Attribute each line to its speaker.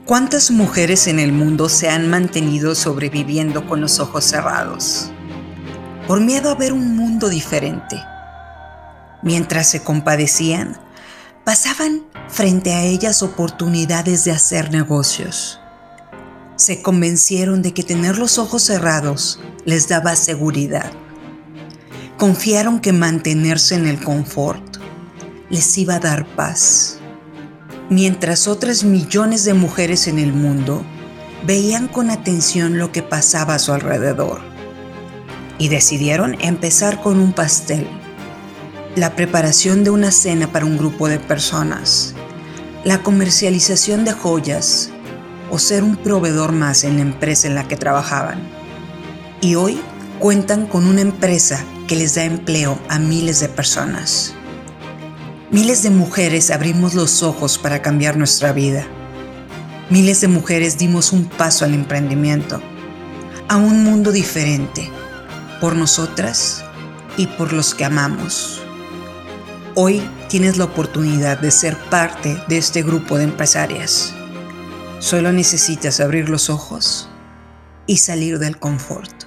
Speaker 1: ¿Cuántas mujeres en el mundo se han mantenido sobreviviendo con los ojos cerrados? Por miedo a ver un mundo diferente. Mientras se compadecían, pasaban frente a ellas oportunidades de hacer negocios. Se convencieron de que tener los ojos cerrados les daba seguridad. Confiaron que mantenerse en el confort les iba a dar paz. Mientras otras millones de mujeres en el mundo veían con atención lo que pasaba a su alrededor y decidieron empezar con un pastel, la preparación de una cena para un grupo de personas, la comercialización de joyas o ser un proveedor más en la empresa en la que trabajaban. Y hoy cuentan con una empresa que les da empleo a miles de personas. Miles de mujeres abrimos los ojos para cambiar nuestra vida. Miles de mujeres dimos un paso al emprendimiento, a un mundo diferente, por nosotras y por los que amamos. Hoy tienes la oportunidad de ser parte de este grupo de empresarias. Solo necesitas abrir los ojos y salir del confort.